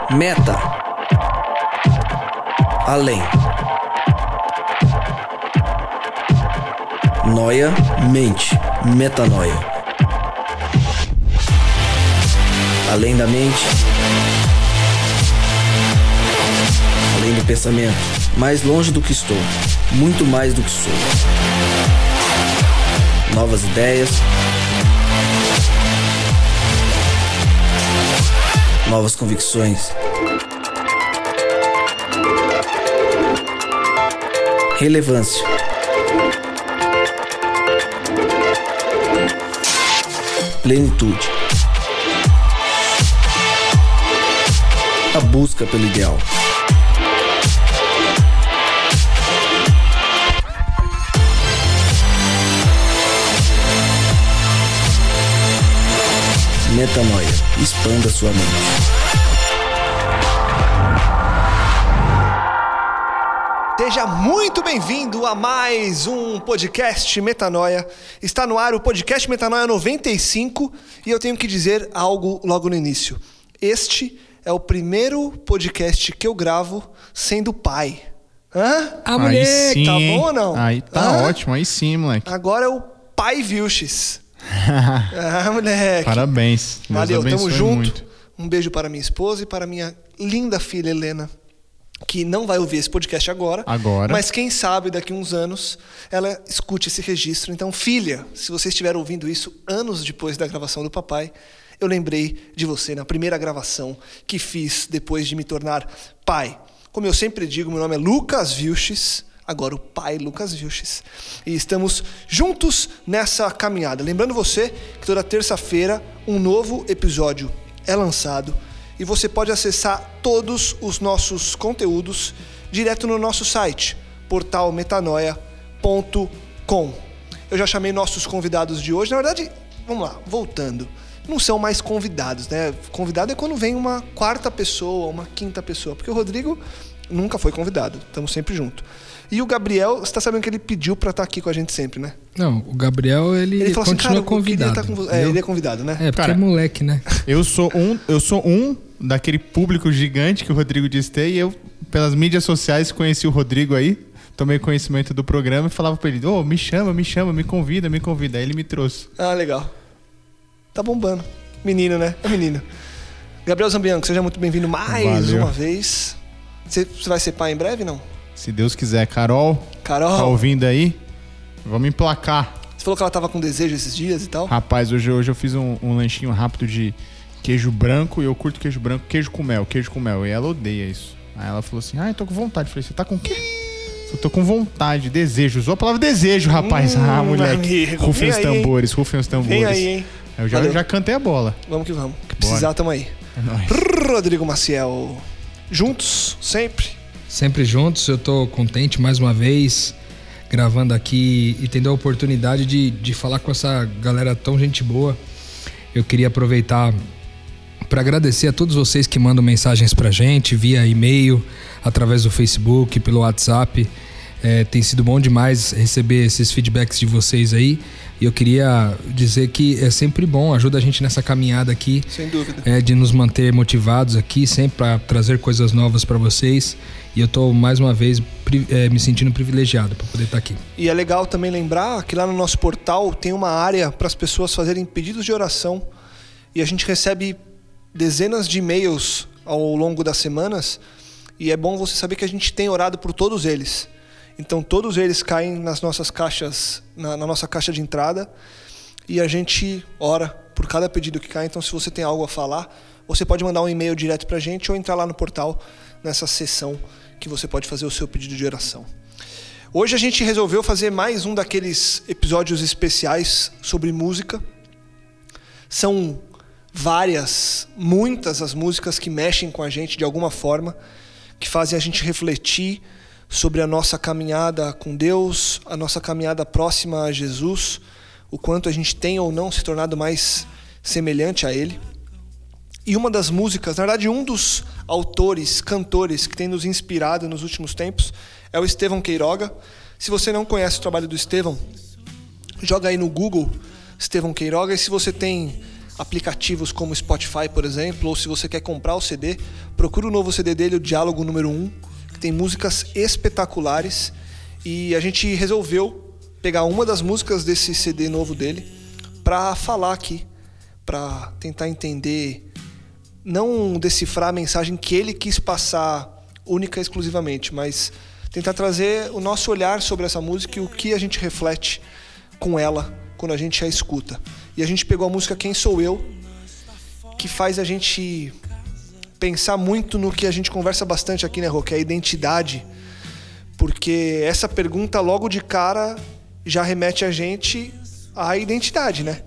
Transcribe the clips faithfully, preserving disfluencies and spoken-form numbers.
Meta. Além. Noia, mente, metanoia. Além da mente, além do pensamento, mais longe do que estou, muito mais do que sou. Novas ideias, novas convicções. Relevância. Plenitude. A busca pelo ideal. Metanoia. Expanda sua mente. Seja muito bem-vindo a mais um podcast Metanoia. Está no ar o podcast Metanoia noventa e cinco e eu tenho que dizer algo logo no início. Este é o primeiro podcast que eu gravo sendo pai. Hã? Ah, moleque, sim, tá bom ou não? Aí tá Hã? ótimo, aí sim, moleque. Agora é o pai Vilches. Ah, moleque. Parabéns. Deus Valeu, tamo abençoe junto. muito. Um beijo para minha esposa e para minha linda filha Helena, que não vai ouvir esse podcast agora, Agora. mas quem sabe daqui a uns anos ela escute esse registro. Então, filha, se você estiver ouvindo isso anos depois da gravação do papai, eu lembrei de você na primeira gravação que fiz depois de me tornar pai. Como eu sempre digo, meu nome é Lucas Vilches, agora o pai Lucas Vilches. E estamos juntos nessa caminhada. Lembrando você que toda terça-feira um novo episódio é lançado e você pode acessar todos os nossos conteúdos direto no nosso site, portal metanoia ponto com. Eu já chamei nossos convidados de hoje. Na verdade, vamos lá, voltando. Não são mais convidados, né? Convidado é quando vem uma quarta pessoa, uma quinta pessoa. Porque o Rodrigo nunca foi convidado. Estamos sempre juntos. E o Gabriel, você tá sabendo que ele pediu pra estar aqui com a gente sempre, né? Não, o Gabriel, ele, Ele falou continua assim, cara, convidado. eu queria estar com... É, ele é convidado, né? É, porque Cara, é moleque, né? Eu sou um, eu sou um daquele público gigante que o Rodrigo disse ter, e eu, pelas mídias sociais, conheci o Rodrigo aí, tomei conhecimento do programa e falava pra ele, ô, oh, me chama, me chama, me convida, me convida. Aí ele me trouxe. Ah, legal. Tá bombando. Menino, né? É menino. Gabriel Zambianco, seja muito bem-vindo mais Valeu. uma vez. Você, você vai ser pai em breve, não? Se Deus quiser. Carol, Carol, tá ouvindo aí? Vamos emplacar. você falou que ela tava com desejo esses dias e tal. Rapaz, hoje, hoje eu fiz um, um lanchinho rápido de queijo branco, e eu curto queijo branco, queijo com mel, queijo com mel. E ela odeia isso. Aí ela falou assim, ah, eu tô com vontade. Eu falei, você tá com o quê? Eu tô com vontade, desejo. Usou a palavra desejo, rapaz. Hum, ah, moleque. amigo, Rufem os vem aí, tambores, rufem os tambores. Vem aí, hein? Eu já, Valeu. já cantei a bola. Vamos que vamos. Que precisar, tamo aí. É nóis. Rodrigo Maciel. Juntos, sempre. Sempre juntos, eu tô contente mais uma vez, gravando aqui e tendo a oportunidade de, de falar com essa galera tão gente boa. Eu queria aproveitar para agradecer a todos vocês que mandam mensagens pra gente, via e-mail, através do Facebook, pelo WhatsApp. É, tem sido bom demais receber esses feedbacks de vocês aí. E eu queria dizer que é sempre bom, ajuda a gente nessa caminhada aqui. Sem dúvida. É, de nos manter motivados aqui, sempre para trazer coisas novas para vocês. E eu tô mais uma vez pri- é, me sentindo privilegiado para poder estar aqui. E é legal também lembrar que lá no nosso portal tem uma área para as pessoas fazerem pedidos de oração. E a gente recebe dezenas de e-mails ao longo das semanas. E é bom você saber que a gente tem orado por todos eles. Então todos eles caem nas nossas caixas, na, na nossa caixa de entrada, e a gente ora por cada pedido que cai. Então se você tem algo a falar, você pode mandar um e-mail direto pra gente ou entrar lá no portal, nessa seção que você pode fazer o seu pedido de oração. Hoje a gente resolveu fazer mais um daqueles episódios especiais sobre música. São várias, muitas as músicas que mexem com a gente de alguma forma, que fazem a gente refletir sobre a nossa caminhada com Deus, a nossa caminhada próxima a Jesus, o quanto a gente tem ou não se tornado mais semelhante a Ele. E uma das músicas, na verdade um dos autores, cantores que tem nos inspirado nos últimos tempos é o Estevão Queiroga. Se você não conhece o trabalho do Estevão, joga aí no Google Estevão Queiroga, e se você tem aplicativos como Spotify, por exemplo, ou se você quer comprar o C D, procura o novo C D dele, o Diálogo número um, que tem músicas espetaculares. E a gente resolveu pegar uma das músicas desse C D novo dele para falar aqui, para tentar entender, não decifrar a mensagem que ele quis passar única e exclusivamente, mas tentar trazer o nosso olhar sobre essa música e o que a gente reflete com ela quando a gente a escuta. E a gente pegou a música Quem Sou Eu, que faz a gente pensar muito no que a gente conversa bastante aqui, né, Rô? Que é a identidade. Porque essa pergunta logo de cara já remete a gente à identidade, né?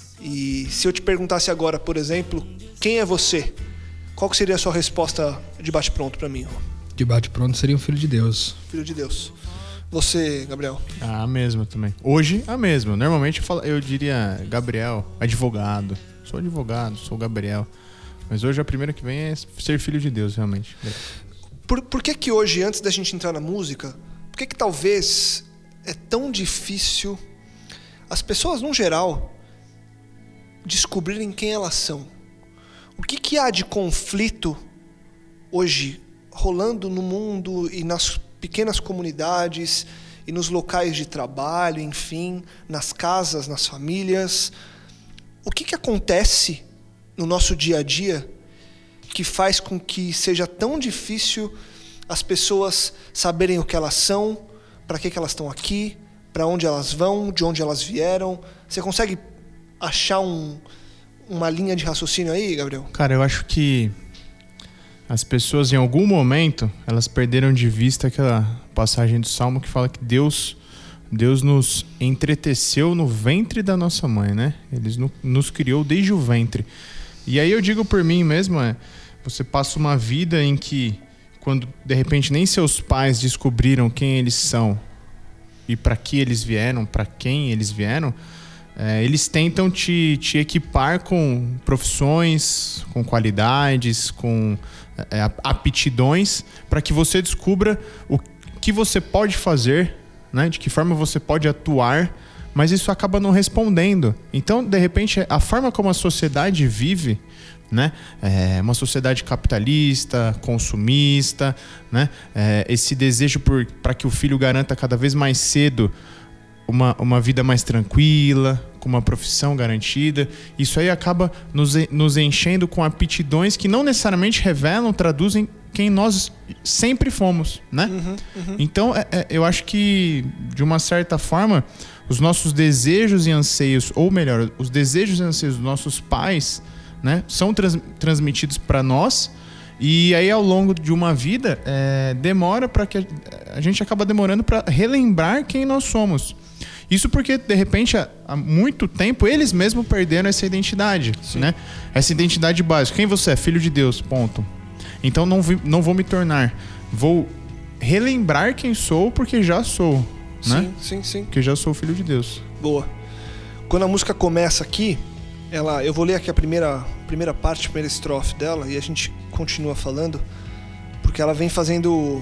E se eu te perguntasse agora, por exemplo, quem é você? Qual que seria a sua resposta de bate-pronto pra mim, Rô? De bate-pronto seria um filho de Deus. Filho de Deus. Você, Gabriel? Ah, a mesma também. Hoje, a mesma. Normalmente eu, falo, eu diria Gabriel, advogado. Sou advogado, sou Gabriel. Mas hoje a primeira que vem é ser filho de Deus, realmente. Por, por que que hoje, antes da gente entrar na música, por que que talvez é tão difícil as pessoas, no geral, descobrirem quem elas são? O que que há de conflito hoje rolando no mundo e nas pequenas comunidades e nos locais de trabalho, enfim, nas casas, nas famílias? O que que acontece no nosso dia a dia que faz com que seja tão difícil as pessoas saberem o que elas são, para que que elas estão aqui, para onde elas vão, de onde elas vieram? Você consegue achar um, uma linha de raciocínio aí, Gabriel? Cara, eu acho que as pessoas, em algum momento, elas perderam de vista aquela passagem do Salmo que fala que Deus, Deus nos entreteceu no ventre da nossa mãe, né? Ele nos criou desde o ventre. E aí eu digo por mim mesmo, é, você passa uma vida em que, quando de repente nem seus pais descobriram quem eles são e para que eles vieram, para quem eles vieram, é, eles tentam te, te equipar com profissões, com qualidades, com é, aptidões, para que você descubra o que você pode fazer, né? De que forma você pode atuar, mas isso acaba não respondendo. Então, de repente, a forma como a sociedade vive, né? É uma sociedade capitalista, consumista, né? É esse desejo para que o filho garanta cada vez mais cedo uma, uma vida mais tranquila, com uma profissão garantida. Isso aí acaba nos, nos enchendo com aptidões que não necessariamente revelam, traduzem quem nós sempre fomos, né? Uhum, uhum. Então, é, é, eu acho que, de uma certa forma, os nossos desejos e anseios, ou melhor, os desejos e anseios dos nossos pais, né, são trans, transmitidos para nós, e aí ao longo de uma vida é, demora para que a, a gente acaba demorando para relembrar quem nós somos. Isso porque, de repente, há, há muito tempo, eles mesmos perderam essa identidade, né? Essa identidade básica. Quem você é? Filho de Deus, ponto. Então não, vi, não vou me tornar, vou relembrar quem sou, porque já sou, né? Sim, sim, sim. Porque já sou filho de Deus. Boa. Quando a música começa aqui, ela, eu vou ler aqui a primeira, primeira parte, a primeira estrofe dela, e a gente continua falando, porque ela vem fazendo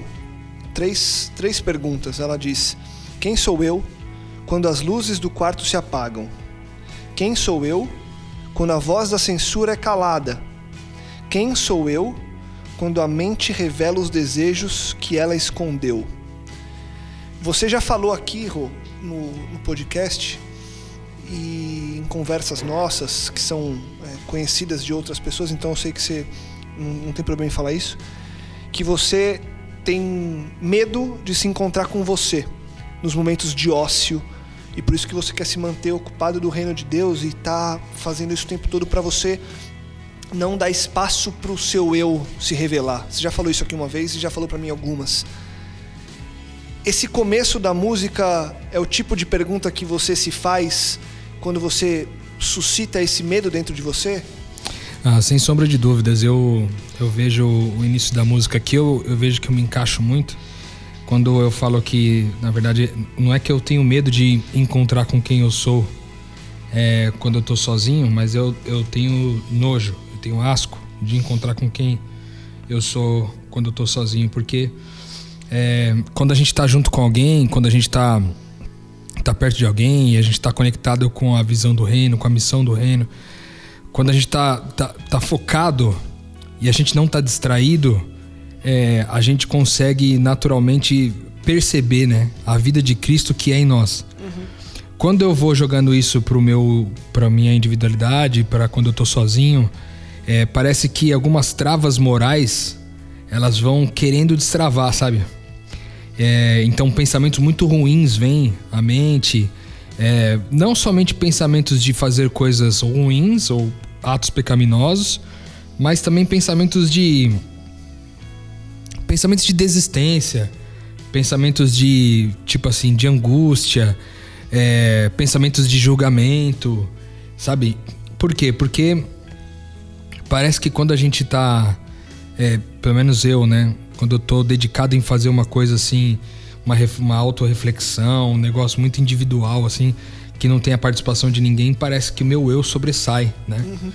três, três perguntas. Ela diz: quem sou eu quando as luzes do quarto se apagam? Quem sou eu quando a voz da censura é calada? Quem sou eu quando a mente revela os desejos que ela escondeu? Você já falou aqui, Rô, no, no podcast e em conversas nossas que são é, conhecidas de outras pessoas, então eu sei que você não, não tem problema em falar isso, que você tem medo de se encontrar com você nos momentos de ócio, e por isso que você quer se manter ocupado do reino de Deus e tá fazendo isso o tempo todo para você não dar espaço pro seu eu se revelar. Você já falou isso aqui uma vez e já falou para mim algumas. Esse começo da música é o tipo de pergunta que você se faz quando você suscita esse medo dentro de você? Ah, sem sombra de dúvidas. Eu, eu vejo o início da música aqui, eu, eu vejo que eu me encaixo muito. Quando eu falo que, na verdade, não é que eu tenho medo de encontrar com quem eu sou é, quando eu tô sozinho, mas eu, eu tenho nojo, eu tenho asco de encontrar com quem eu sou quando eu tô sozinho. Porque é, quando a gente tá junto com alguém, quando a gente tá, tá perto de alguém e a gente tá conectado com a visão do reino, com a missão do reino, quando a gente tá, tá, tá focado e a gente não tá distraído, é, a gente consegue naturalmente perceber, né, a vida de Cristo que é em nós. Uhum. Quando eu vou jogando isso pro meu, pra minha individualidade, para quando eu tô sozinho, é, parece que algumas travas morais, elas vão querendo destravar, sabe? É, então pensamentos muito ruins vêm à mente, é, não somente pensamentos de fazer coisas ruins ou atos pecaminosos, mas também pensamentos de pensamentos de desistência, pensamentos de tipo assim de angústia, é, pensamentos de julgamento, sabe? Por quê? Porque parece que quando a gente tá, é, pelo menos eu, né? Quando eu tô dedicado em fazer uma coisa assim, uma, uma autorreflexão, um negócio muito individual, assim, que não tem a participação de ninguém, parece que o meu eu sobressai, né? Uhum.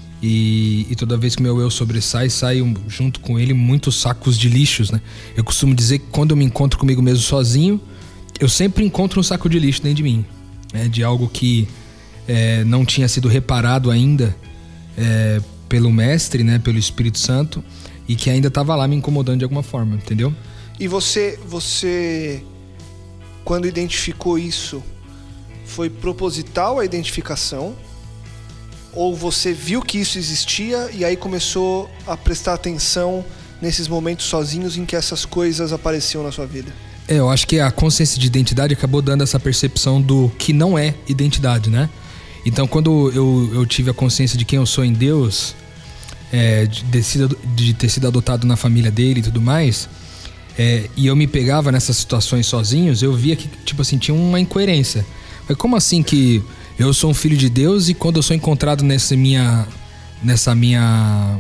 E, e toda vez que o meu eu sobressai, sai um, junto com ele muitos sacos de lixos, né? Eu costumo dizer que quando eu me encontro comigo mesmo sozinho, eu sempre encontro um saco de lixo dentro de mim, né? De algo que é, não tinha sido reparado ainda é, pelo mestre, né? Pelo Espírito Santo, e que ainda estava lá me incomodando de alguma forma, entendeu? E você, você, quando identificou isso, foi proposital a identificação? Ou você viu que isso existia e aí começou a prestar atenção nesses momentos sozinhos em que essas coisas apareciam na sua vida? É, eu acho que a consciência de identidade acabou dando essa percepção do que não é identidade, né? Então, quando eu, eu tive a consciência de quem eu sou em Deus, é, de, ter sido, de ter sido adotado na família dele e tudo mais, é, e eu me pegava nessas situações sozinhos, eu via que, tipo assim, tinha uma incoerência. Mas como assim que eu sou um filho de Deus e quando eu sou encontrado nessa minha, nessa minha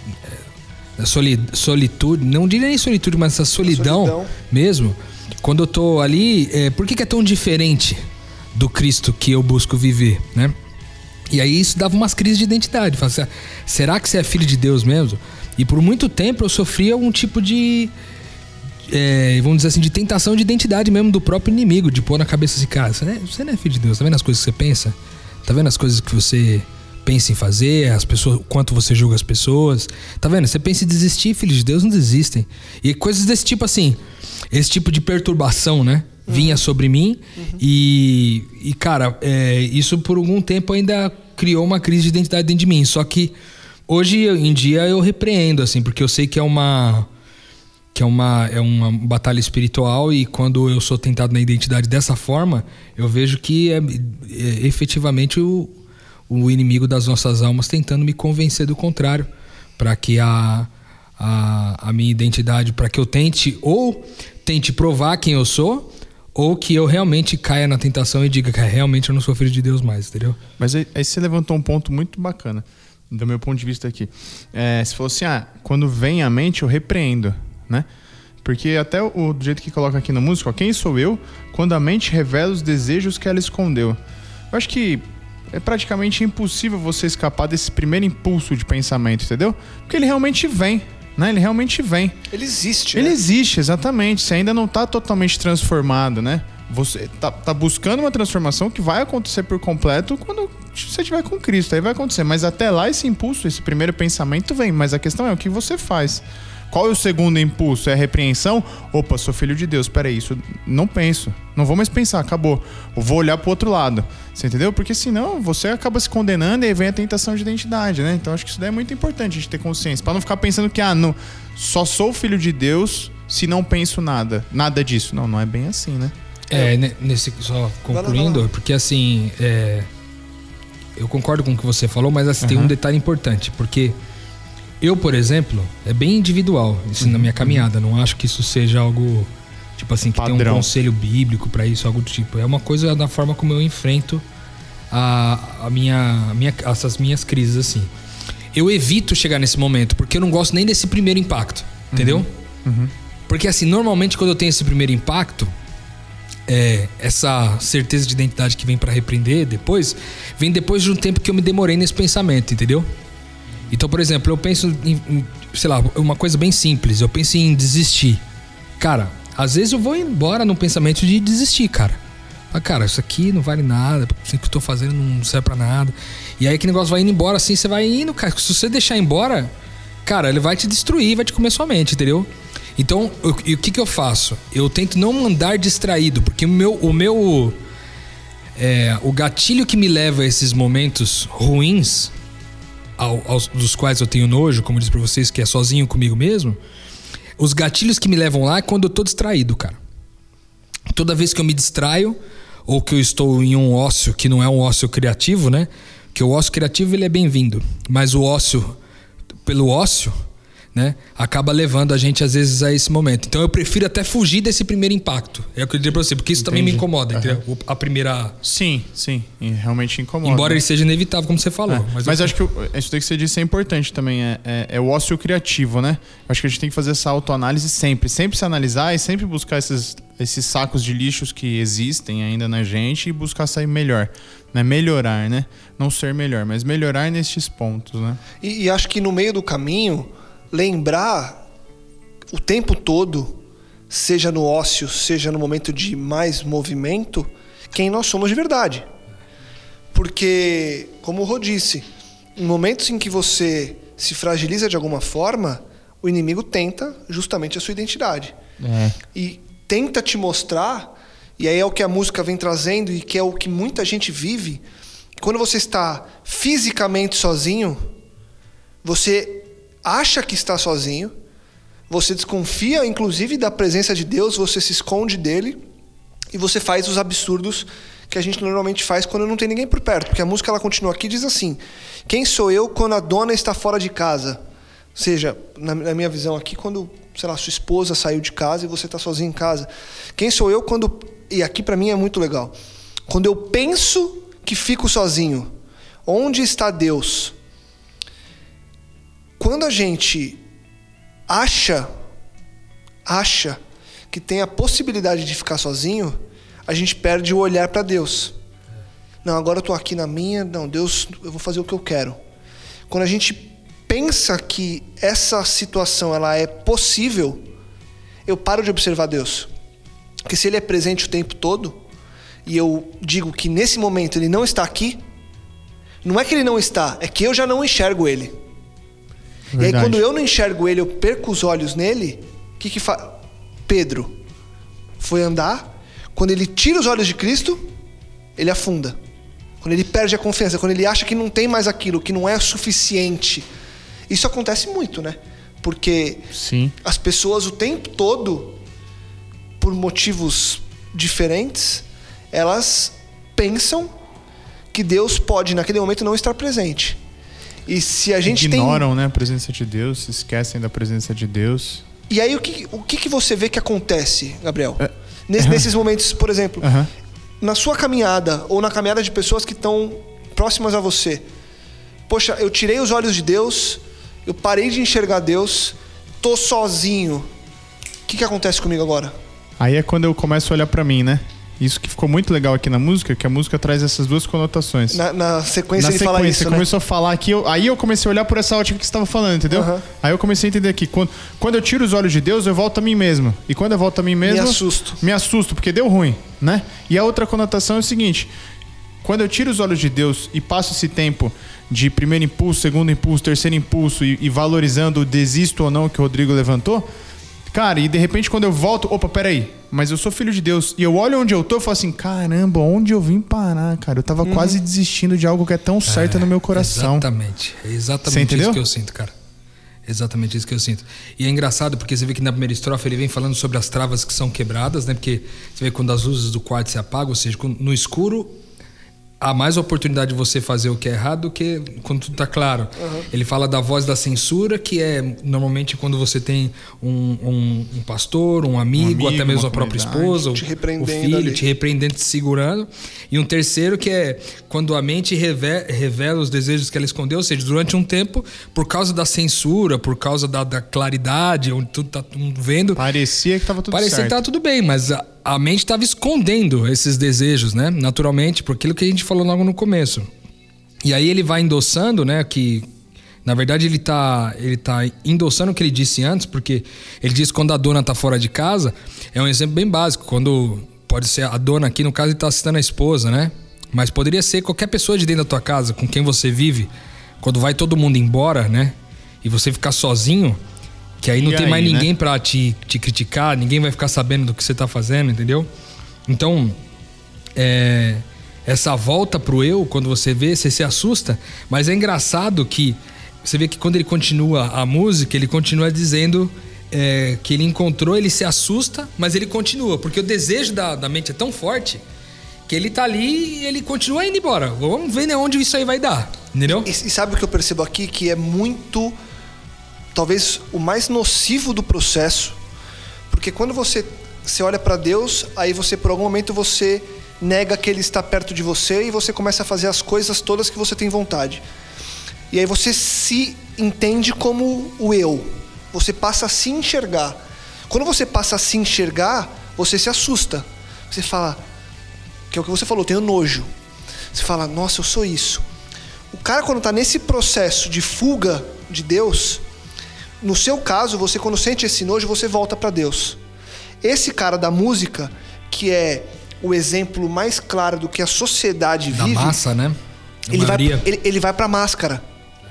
solitude, não diria nem solitude, mas essa solidão, solidão. mesmo, quando eu tô ali, é, por que, que é tão diferente do Cristo que eu busco viver, né? E aí isso dava umas crises de identidade. Assim, será que você é filho de Deus mesmo? E por muito tempo eu sofria algum tipo de, é, vamos dizer assim, de tentação de identidade mesmo do próprio inimigo, de pôr na cabeça assim, cara, você não, é, você não é filho de Deus, tá vendo as coisas que você pensa? Tá vendo as coisas que você pensa em fazer, as pessoas, o quanto você julga as pessoas? Tá vendo? Você pensa em desistir, filhos de Deus não desistem. E coisas desse tipo assim, esse tipo de perturbação, né? Vinha sobre mim, uhum. e, e, cara, é, isso por algum tempo ainda criou uma crise de identidade dentro de mim. Só que hoje em dia eu repreendo, assim, porque eu sei que é uma, que é uma, é uma batalha espiritual, e quando eu sou tentado na identidade dessa forma, eu vejo que é, é efetivamente o, o inimigo das nossas almas tentando me convencer do contrário, para que a, a, a minha identidade, para que eu tente, ou tente provar quem eu sou, ou que eu realmente caia na tentação e diga que realmente eu não sou filho de Deus mais, entendeu? Mas aí, aí você levantou um ponto muito bacana, do meu ponto de vista aqui. É, você falou assim, ah, quando vem à mente eu repreendo, né? Porque até o do jeito que coloca aqui na música, ó, quem sou eu quando a mente revela os desejos que ela escondeu? Eu acho que é praticamente impossível você escapar desse primeiro impulso de pensamento, entendeu? Porque ele realmente vem. Né? Ele realmente vem. Ele existe, Ele né? existe, exatamente. Você ainda não está totalmente transformado, né? Você tá, tá buscando uma transformação que vai acontecer por completo quando você estiver com Cristo. Aí vai acontecer. Mas até lá esse impulso, esse primeiro pensamento vem. Mas a questão é o que você faz. Qual é o segundo impulso? É a repreensão? Opa, sou filho de Deus. Peraí, isso não penso. Não vou mais pensar, acabou. Eu vou olhar pro outro lado. Você entendeu? Porque senão você acaba se condenando e aí vem a tentação de identidade, né? Então acho que isso daí é muito importante a gente ter consciência. Pra não ficar pensando que, ah, não, só sou filho de Deus se não penso nada. Nada disso. Não, não é bem assim, né? É, nesse, só concluindo, porque assim, é, eu concordo com o que você falou, mas assim, uhum. tem um detalhe importante, porque eu, por exemplo, é bem individual isso uhum. na minha caminhada. Não acho que isso seja algo, tipo assim, que Padrão. Tem um conselho bíblico pra isso, algo do tipo. É uma coisa da forma como eu enfrento a, a minha, a minha, essas minhas crises, assim. Eu evito chegar nesse momento, porque eu não gosto nem desse primeiro impacto, entendeu? Uhum. Uhum. Porque assim, normalmente quando eu tenho esse primeiro impacto, é, essa certeza de identidade que vem pra repreender depois, vem depois de um tempo que eu me demorei nesse pensamento, entendeu? Então, por exemplo, eu penso em, em, sei lá, uma coisa bem simples. Eu penso em desistir. Cara, às vezes eu vou embora no pensamento de desistir, cara. Ah, cara, isso aqui não vale nada, isso que eu tô fazendo não serve pra nada. E aí que negócio vai indo embora assim, você vai indo, cara. Se você deixar embora, cara, ele vai te destruir, vai te comer sua mente, entendeu? Então, eu, e o que que eu faço? Eu tento não andar distraído, porque o meu... O, meu, é, o gatilho que me leva a esses momentos ruins, ao, aos, dos quais eu tenho nojo, como eu disse pra vocês, que é sozinho comigo mesmo, os gatilhos que me levam lá é quando eu tô distraído, cara. Toda vez que eu me distraio, ou que eu estou em um ócio que não é um ócio criativo, né? Que o ócio criativo ele é bem-vindo, mas o ócio pelo ócio, né, acaba levando a gente às vezes a esse momento. Então eu prefiro até fugir desse primeiro impacto. É o que eu diria pra você, porque isso Entendi. também me incomoda, uhum. entendeu? A primeira... Sim, sim, e realmente incomoda. Embora ele seja inevitável, como você falou. É. Mas, mas eu... acho que isso que você disse é importante também, é, é, é o ócio criativo, né? Acho que a gente tem que fazer essa autoanálise sempre, sempre se analisar e sempre buscar esses, esses sacos de lixos que existem ainda na gente e buscar sair melhor, né? Melhorar, né? Não ser melhor, mas melhorar nestes pontos, né? E, e acho que no meio do caminho, lembrar o tempo todo, seja no ócio, seja no momento de mais movimento, quem nós somos de verdade. Porque, como o Rô disse, em momentos em que você se fragiliza de alguma forma, o inimigo tenta justamente a sua identidade. É. E tenta te mostrar, e aí é o que a música vem trazendo e que é o que muita gente vive, quando você está fisicamente sozinho, você acha que está sozinho, você desconfia inclusive da presença de Deus, você se esconde dele e você faz os absurdos que a gente normalmente faz quando não tem ninguém por perto. Porque a música ela continua aqui e diz assim: quem sou eu quando a dona está fora de casa? Ou seja, na, na minha visão aqui, quando, sei lá, sua esposa saiu de casa e você está sozinho em casa. Quem sou eu quando... E aqui para mim é muito legal. Quando eu penso que fico sozinho, onde está Deus? Quando a gente acha, acha que tem a possibilidade de ficar sozinho, a gente perde o olhar para Deus. Não, agora eu estou aqui na minha, não, Deus, eu vou fazer o que eu quero. Quando a gente pensa que essa situação ela é possível, eu paro de observar Deus. Porque se Ele é presente o tempo todo, e eu digo que nesse momento Ele não está aqui, não é que Ele não está, é que eu já não enxergo Ele. Verdade. E aí quando eu não enxergo Ele, eu perco os olhos nele, o que que faz? Pedro foi andar, quando ele tira os olhos de Cristo, ele afunda. Quando ele perde a confiança, quando ele acha que não tem mais aquilo, que não é suficiente. Isso acontece muito, né? Porque Sim. as pessoas o tempo todo, por motivos diferentes, elas pensam que Deus pode naquele momento não estar presente. E se a gente ignoram, tem... né, a presença de Deus, se esquecem da presença de Deus. E aí o que, o que, que você vê que acontece, Gabriel? É. Nes, uhum. Nesses momentos, por exemplo, uhum. na sua caminhada ou na caminhada de pessoas que estão próximas a você. Poxa, eu tirei os olhos de Deus, eu parei de enxergar Deus, tô sozinho. O que, que acontece comigo agora? Aí é quando eu começo a olhar pra mim, né? Isso que ficou muito legal aqui na música, que a música traz essas duas conotações. Na, na sequência na ele fala isso, você né? começou a falar aqui, eu, aí eu comecei a olhar por essa ótica que você estava falando, entendeu? Uhum. Aí eu comecei a entender aqui, quando, quando eu tiro os olhos de Deus, eu volto a mim mesmo. E quando eu volto a mim mesmo... Me assusto. Me assusto, porque deu ruim, né? E a outra conotação é o seguinte, quando eu tiro os olhos de Deus e passo esse tempo de primeiro impulso, segundo impulso, terceiro impulso e, e valorizando o desisto ou não que o Rodrigo levantou, cara, e de repente quando eu volto, opa, peraí, mas eu sou filho de Deus, e eu olho onde eu tô e falo assim, caramba, onde eu vim parar, cara? Eu tava uhum. quase desistindo de algo que é tão certo é, no meu coração. Exatamente, é exatamente isso que eu sinto, cara. Exatamente isso que eu sinto. E é engraçado porque você vê que na primeira estrofe ele vem falando sobre as travas que são quebradas, né? Porque você vê quando as luzes do quarto se apagam, ou seja, no escuro há mais oportunidade de você fazer o que é errado do que quando tudo tá claro. Uhum. Ele fala da voz da censura, que é normalmente quando você tem um, um, um pastor, um amigo, um amigo até mesmo a própria esposa, te o filho, ali. te repreendendo, te segurando. E um terceiro que é quando a mente revela, revela os desejos que ela escondeu, ou seja, durante um tempo, por causa da censura, por causa da, da claridade, onde tudo tá vendo... Parecia que tava tudo parecia certo. Parecia que tava tudo bem, mas... A, A mente estava escondendo esses desejos, né? Naturalmente, por aquilo que a gente falou logo no começo. E aí ele vai endossando, né? Que, na verdade, ele tá, ele tá endossando o que ele disse antes, porque ele diz que quando a dona tá fora de casa, é um exemplo bem básico. Quando pode ser a dona aqui, no caso, ele tá citando a esposa, né? Mas poderia ser qualquer pessoa de dentro da tua casa, com quem você vive, quando vai todo mundo embora, né? E você ficar sozinho, que aí não E tem aí, mais ninguém né? pra te, te criticar, ninguém vai ficar sabendo do que você tá fazendo, entendeu? Então, é, essa volta pro eu, quando você vê, você se assusta, mas é engraçado que você vê que quando ele continua a música, ele continua dizendo é, que ele encontrou, ele se assusta, mas ele continua, porque o desejo da, da mente é tão forte que ele tá ali e ele continua indo embora. Vamos ver, né, onde isso aí vai dar, entendeu? E, e sabe o que eu percebo aqui? Que é muito, talvez, o mais nocivo do processo. Porque quando você, você olha para Deus, aí você, por algum momento, você nega que Ele está perto de você e você começa a fazer as coisas todas que você tem vontade. E aí você se entende como o eu. Você passa a se enxergar. Quando você passa a se enxergar, você se assusta. Você fala, que é o que você falou, eu tenho nojo. Você fala, nossa, eu sou isso. O cara, quando está nesse processo de fuga de Deus, no seu caso, você, quando sente esse nojo, você volta para Deus. Esse cara da música, que é o exemplo mais claro do que a sociedade Da vive, massa, né? A ele vai, maioria. ele, ele vai pra máscara.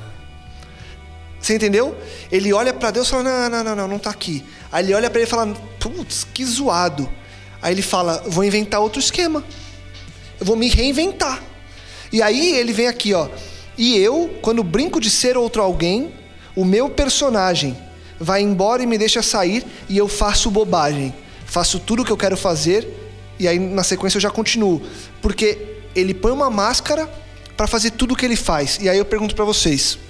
Você entendeu? Ele olha pra Deus e fala, não, não, não, não, não tá aqui. Aí ele olha pra ele e fala, putz, que zoado. Aí ele fala, vou inventar outro esquema. Eu vou me reinventar. E aí ele vem aqui, ó. E eu, quando brinco de ser outro alguém, o meu personagem vai embora e me deixa sair e eu faço bobagem. Faço tudo o que eu quero fazer e aí na sequência eu já continuo. Porque ele põe uma máscara para fazer tudo o que ele faz. E aí eu pergunto para vocês.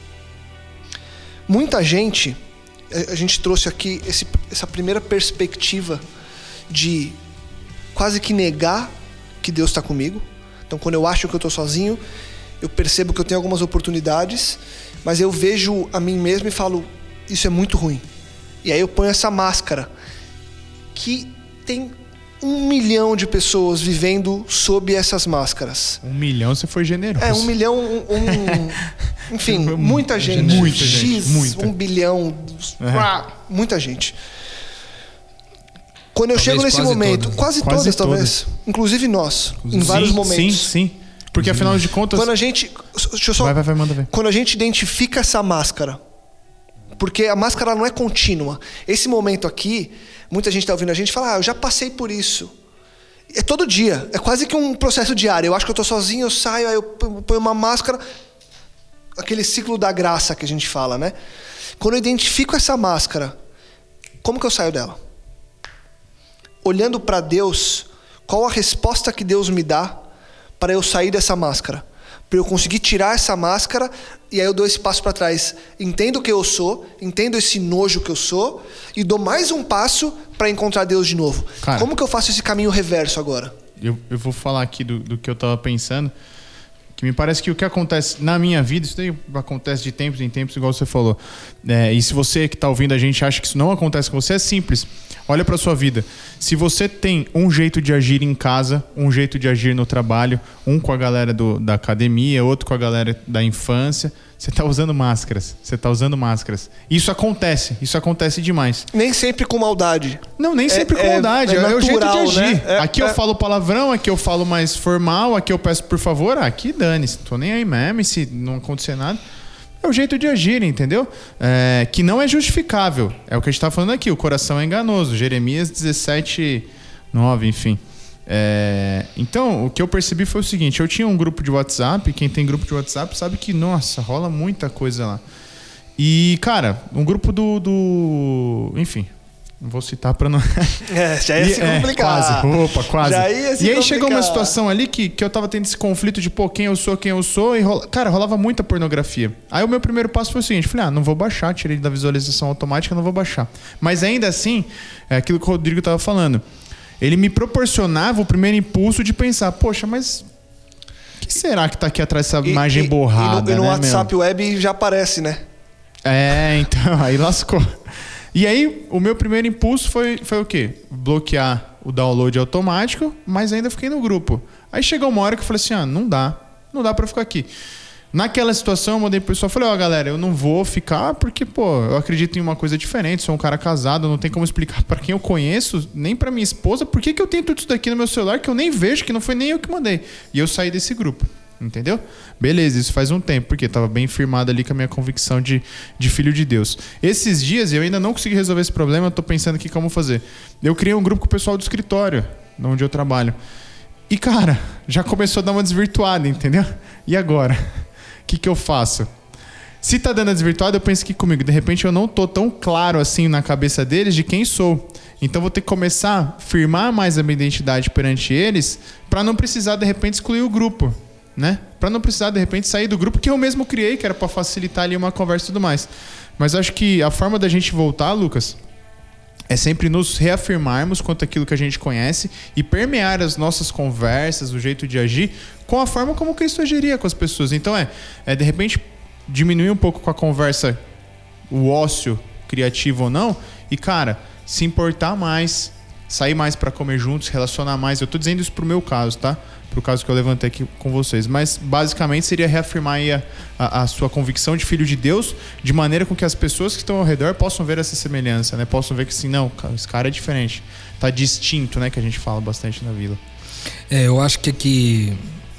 Muita gente, a gente trouxe aqui esse, essa primeira perspectiva de quase que negar que Deus está comigo. Então, quando eu acho que eu estou sozinho, eu percebo que eu tenho algumas oportunidades, mas eu vejo a mim mesmo e falo, isso é muito ruim. E aí eu ponho essa máscara, que tem um milhão de pessoas vivendo sob essas máscaras. Um milhão você foi generoso. É, um milhão, um, um, enfim, muita gente. Muita X, gente, muita. um bilhão, É. muita gente. Quando eu Talvez chego nesse quase momento, todas. quase, Quase todas, talvez, inclusive nós, em vários sim, momentos. Sim, sim. Porque afinal de contas... Quando a gente, deixa eu só, Vai, vai, vai, manda ver. quando a gente identifica essa máscara, porque a máscara não é contínua. Esse momento aqui, muita gente está ouvindo a gente e fala, ah, eu já passei por isso. É todo dia, é quase que um processo diário. Eu acho que eu estou sozinho, eu saio, aí eu ponho uma máscara, aquele ciclo da graça que a gente fala, né? Quando eu identifico essa máscara, como que eu saio dela? Olhando para Deus, qual a resposta que Deus me dá para eu sair dessa máscara? Para eu conseguir tirar essa máscara e aí eu dou esse passo para trás. Entendo o que eu sou, entendo esse nojo que eu sou e dou mais um passo para encontrar Deus de novo. Cara, como que eu faço esse caminho reverso agora? Eu, eu vou falar aqui do, do que eu tava pensando, que me parece que o que acontece na minha vida, isso daí acontece de tempos em tempos, igual você falou. É, e se você que tá ouvindo a gente acha que isso não acontece com você, é simples. Olha pra sua vida. Se você tem um jeito de agir em casa, um jeito de agir no trabalho, um com a galera do, da academia, outro com a galera da infância, você tá usando máscaras. Você tá usando máscaras. Isso acontece. Isso acontece demais. Nem sempre com maldade. Não, nem sempre É- com é- maldade. é É, o jeito de natural, agir. né? É- aqui é- eu falo palavrão, aqui eu falo mais formal, aqui eu peço por favor, aqui dane-se. Tô nem aí mesmo, e se não acontecer nada. É o jeito de agir, entendeu? É, que não é justificável. É o que a gente tá falando aqui. O coração é enganoso. Jeremias dezessete, nove, enfim. É, então, o que eu percebi foi o seguinte. Eu tinha um grupo de WhatsApp. Quem tem grupo de WhatsApp sabe que, nossa, rola muita coisa lá. E, cara, um grupo do... do enfim... Não vou citar pra não... É, já ia E- se é, complicar. quase, opa, quase. Já ia se e aí complicar. chegou uma situação ali que, que eu tava tendo esse conflito de, pô, quem eu sou, quem eu sou, e rola... cara, rolava muita pornografia. Aí o meu primeiro passo foi o seguinte, falei, ah, não vou baixar, tirei da visualização automática, não vou baixar. Mas ainda assim, é aquilo que o Rodrigo tava falando, ele me proporcionava o primeiro impulso de pensar, poxa, mas o que será que tá aqui atrás dessa E- imagem e- borrada, E no, e no né, WhatsApp meu? Web já aparece, né? É, então, aí lascou. E aí, o meu primeiro impulso foi, foi o quê? Bloquear o download automático, mas ainda fiquei no grupo. Aí chegou uma hora que eu falei assim, ah, não dá. Não dá pra ficar aqui. Naquela situação, eu mandei pro pessoal, falei, ó, oh, galera, eu não vou ficar porque, pô, eu acredito em uma coisa diferente, sou um cara casado, não tem como explicar pra quem eu conheço, nem pra minha esposa, por que que eu tenho tudo isso daqui no meu celular que eu nem vejo, que não foi nem eu que mandei. E eu saí desse grupo, entendeu? Beleza, isso faz um tempo, porque tava bem firmado ali com a minha convicção de, de filho de Deus. Esses dias, eu ainda não consegui resolver esse problema, eu tô pensando aqui como fazer. Eu criei um grupo com o pessoal do escritório, onde eu trabalho. E, cara, já começou a dar uma desvirtuada, entendeu? E agora? O que que eu faço? Se tá dando a desvirtuada, eu penso que comigo, de repente eu não tô tão claro assim na cabeça deles de quem sou. Então vou ter que começar a firmar mais a minha identidade perante eles para não precisar de repente excluir o grupo, né? Para não precisar de repente sair do grupo que eu mesmo criei, que era para facilitar ali uma conversa e tudo mais. Mas acho que a forma da gente voltar, Lucas, é sempre nos reafirmarmos quanto àquilo que a gente conhece e permear as nossas conversas, o jeito de agir, com a forma como Cristo agiria com as pessoas. Então é, é de repente, diminuir um pouco com a conversa, o ócio criativo ou não, e, cara, se importar mais, sair mais para comer juntos, relacionar mais. Eu tô dizendo isso pro meu caso, tá? Pro caso que eu levantei aqui com vocês. Mas, basicamente, seria reafirmar aí a, a, a sua convicção de filho de Deus, de maneira com que as pessoas que estão ao redor possam ver essa semelhança, né? Possam ver que, assim, não, esse cara é diferente. Tá distinto, né? Que a gente fala bastante na vila. É, eu acho que aqui...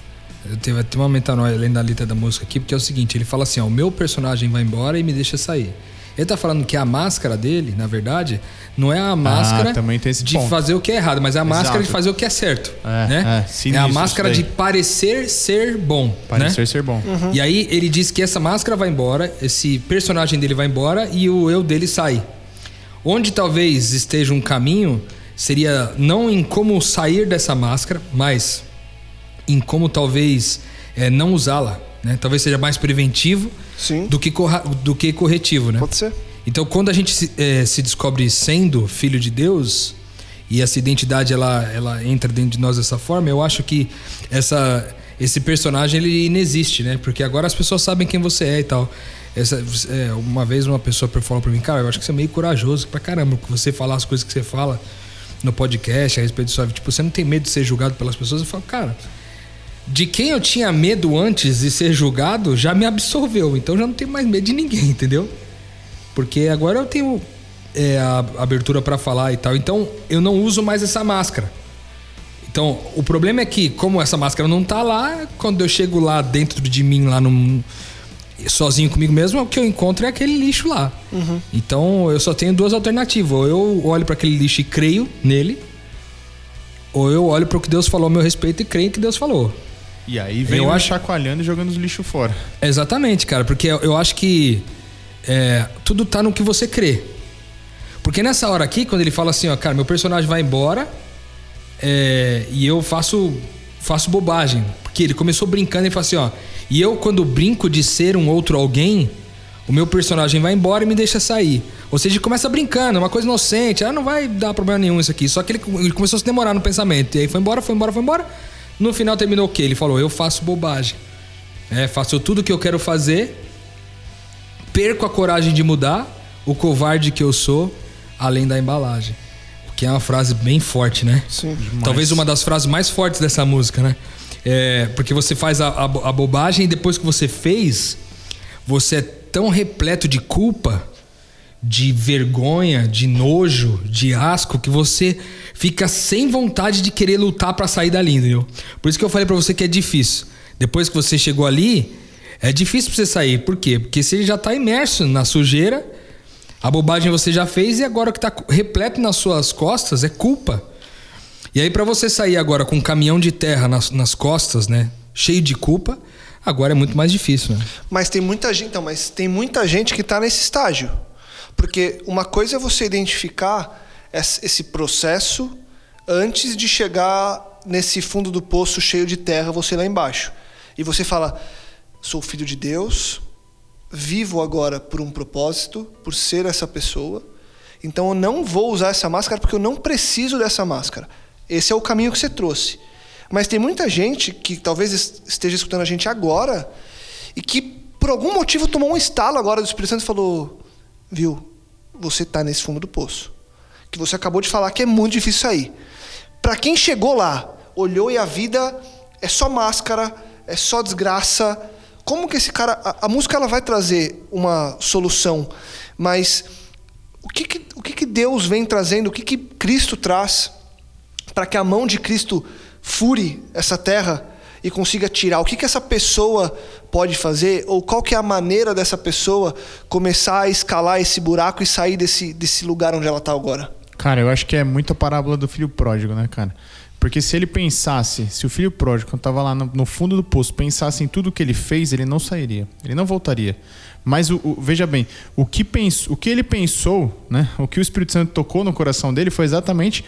Eu tenho até uma metanoia além da letra da música aqui, porque é o seguinte, ele fala assim, ó, o meu personagem vai embora e me deixa sair. Ele tá falando que a máscara dele, na verdade, não é a máscara ah, tem esse de ponto. fazer o que é errado, mas é a Exato. máscara de fazer o que é certo. É, né? é, é a máscara de parecer ser bom. Parecer né? ser bom. Uhum. E aí ele diz que essa máscara vai embora, esse personagem dele vai embora e o eu dele sai. Onde talvez esteja um caminho, seria não em como sair dessa máscara, mas em como talvez é, não usá-la. Né? Talvez seja mais preventivo Sim. Do, que corra, do que corretivo, né? Pode ser. Então, quando a gente se, é, se descobre sendo filho de Deus e essa identidade ela, ela entra dentro de nós dessa forma, eu acho que essa, esse personagem ele inexiste, né? Porque agora as pessoas sabem quem você é e tal. Essa, é, uma vez uma pessoa falou pra mim, cara, eu acho que você é meio corajoso pra caramba, que você falar as coisas que você fala no podcast a respeito disso. Tipo, você não tem medo de ser julgado pelas pessoas? Eu falo, cara, de quem eu tinha medo antes de ser julgado já me absorveu, então já não tenho mais medo de ninguém, entendeu? Porque agora eu tenho é, a abertura pra falar e tal, então eu não uso mais essa máscara. Então o problema é que, como essa máscara não tá lá, quando eu chego lá dentro de mim, lá no, sozinho comigo mesmo, o que eu encontro é aquele lixo lá. Uhum. Então eu só tenho duas alternativas: ou eu olho para aquele lixo e creio nele, ou eu olho para o que Deus falou a meu respeito e creio que Deus falou. E aí vem eu acho... chacoalhando e jogando os lixos fora. Exatamente, cara, porque eu acho que é, tudo tá no que você crê. Porque nessa hora aqui, quando ele fala assim, ó, cara, meu personagem vai embora é, e eu faço, faço bobagem. Porque ele começou brincando e falou assim, ó, e eu quando brinco de ser um outro alguém, o meu personagem vai embora e me deixa sair. Ou seja, ele começa brincando, é uma coisa inocente, ah, não vai dar problema nenhum isso aqui. Só que ele, ele começou a se demorar no pensamento. E aí foi embora, foi embora, foi embora. No final terminou o quê? Ele falou, eu faço bobagem. É, faço tudo o que eu quero fazer, perco a coragem de mudar, o covarde que eu sou, além da embalagem. O que é uma frase bem forte, né? Sim. Demais. Talvez uma das frases mais fortes dessa música, né? É, porque você faz a, a, a bobagem e depois que você fez, você é tão repleto de culpa, de vergonha, de nojo, de asco, que você fica sem vontade de querer lutar pra sair dali, entendeu? Por isso que eu falei pra você que é difícil. Depois que você chegou ali, é difícil pra você sair. Por quê? Porque você já tá imerso na sujeira, a bobagem você já fez e agora o que tá repleto nas suas costas é culpa. E aí pra você sair agora com um caminhão de terra nas, nas costas, né, cheio de culpa, agora é muito mais difícil, né? Mas tem muita gente, então, mas tem muita gente que tá nesse estágio. Porque uma coisa é você identificar esse processo antes de chegar nesse fundo do poço cheio de terra, você lá embaixo. E você fala, sou filho de Deus, vivo agora por um propósito, por ser essa pessoa, então eu não vou usar essa máscara porque eu não preciso dessa máscara. Esse é o caminho que você trouxe. Mas tem muita gente que talvez esteja escutando a gente agora e que por algum motivo tomou um estalo agora do Espírito Santo e falou, viu, você está nesse fundo do poço. Que você acabou de falar que é muito difícil sair. Para quem chegou lá, olhou e a vida é só máscara, é só desgraça, como que esse cara... A, a música ela vai trazer uma solução, mas o que que, o que, que Deus vem trazendo, o que, que Cristo traz para que a mão de Cristo fure essa terra e consiga tirar? O que, que essa pessoa pode fazer? Ou qual que é a maneira dessa pessoa começar a escalar esse buraco e sair desse, desse lugar onde ela está agora? Cara, eu acho que é muito a parábola do filho pródigo, né, cara? Porque se ele pensasse, se o filho pródigo, quando estava lá no, no fundo do poço, pensasse em tudo que ele fez, ele não sairia, ele não voltaria. Mas o, o, veja bem, o que, pens, o que ele pensou, né, o que o Espírito Santo tocou no coração dele foi exatamente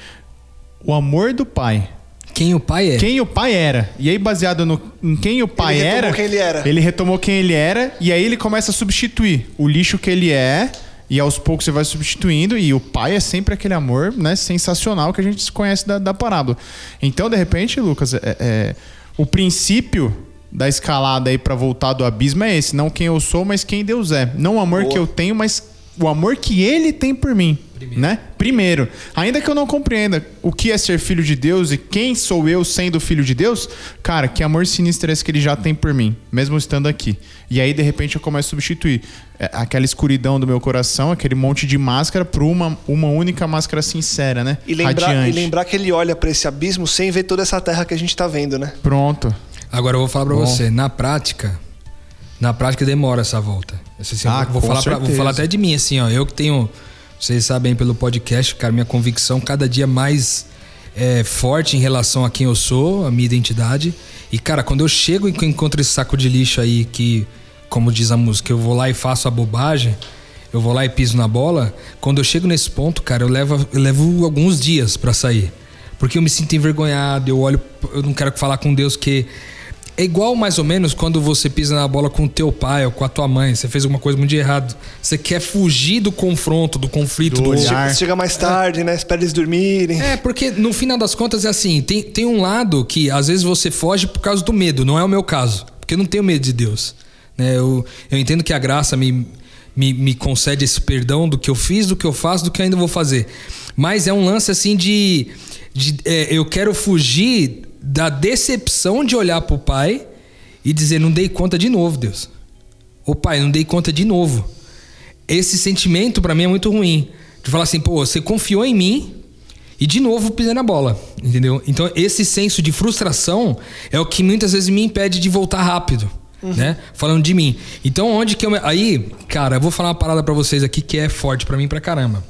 o amor do pai. Quem o pai é. Quem o pai era. E aí, baseado no, em quem o pai ele era, quem ele era, ele retomou quem ele era, e aí ele começa a substituir o lixo que ele é, e aos poucos você vai substituindo, e o pai é sempre aquele amor, né, sensacional que a gente conhece da, da parábola. Então, de repente, Lucas, é, é, o princípio da escalada aí para voltar do abismo é esse: não quem eu sou, mas quem Deus é. Não o amor Boa. que eu tenho, mas o amor que ele tem por mim. Primeiro. Né? Primeiro, ainda que eu não compreenda o que é ser filho de Deus e quem sou eu sendo filho de Deus, cara, que amor sinistro é esse que ele já tem por mim, mesmo estando aqui. E aí, de repente, eu começo a substituir aquela escuridão do meu coração, aquele monte de máscara, por uma, uma única máscara sincera, né? E lembrar, e lembrar que ele olha para esse abismo sem ver toda essa terra que a gente tá vendo, né? Pronto. Agora eu vou falar para você, na prática, na prática demora essa volta. Assim, ah, vou, falar pra, vou falar até de mim, assim, ó, eu que tenho... Vocês sabem pelo podcast, cara, minha convicção cada dia mais é, forte em relação a quem eu sou, a minha identidade. E, cara, quando eu chego e encontro esse saco de lixo aí que, como diz a música, eu vou lá e faço a bobagem, eu vou lá e piso na bola. Quando eu chego nesse ponto, cara, eu levo, eu levo alguns dias pra sair. Porque eu me sinto envergonhado, eu olho, eu não quero falar com Deus que... É igual mais ou menos quando você pisa na bola com o teu pai ou com a tua mãe. Você fez alguma coisa muito de errado. Você quer fugir do confronto, do conflito, do, do olhar. Chega mais tarde, é. né? Espera eles dormirem. É, porque no final das contas é assim. Tem, tem um lado que às vezes você foge por causa do medo. Não é o meu caso. Porque eu não tenho medo de Deus. Né? Eu, eu entendo que a graça me, me, me concede esse perdão do que eu fiz, do que eu faço, do que eu ainda vou fazer. Mas é um lance assim de... de é, eu quero fugir... da decepção de olhar pro pai e dizer, não dei conta de novo, Deus. Ô pai, não dei conta de novo. Esse sentimento pra mim é muito ruim. De falar assim, pô, você confiou em mim e de novo pisei na bola, entendeu? Então esse senso de frustração é o que muitas vezes me impede de voltar rápido, uhum. né? Falando de mim. Então onde que eu... Aí, cara, eu vou falar uma parada pra vocês aqui que é forte pra mim pra caramba.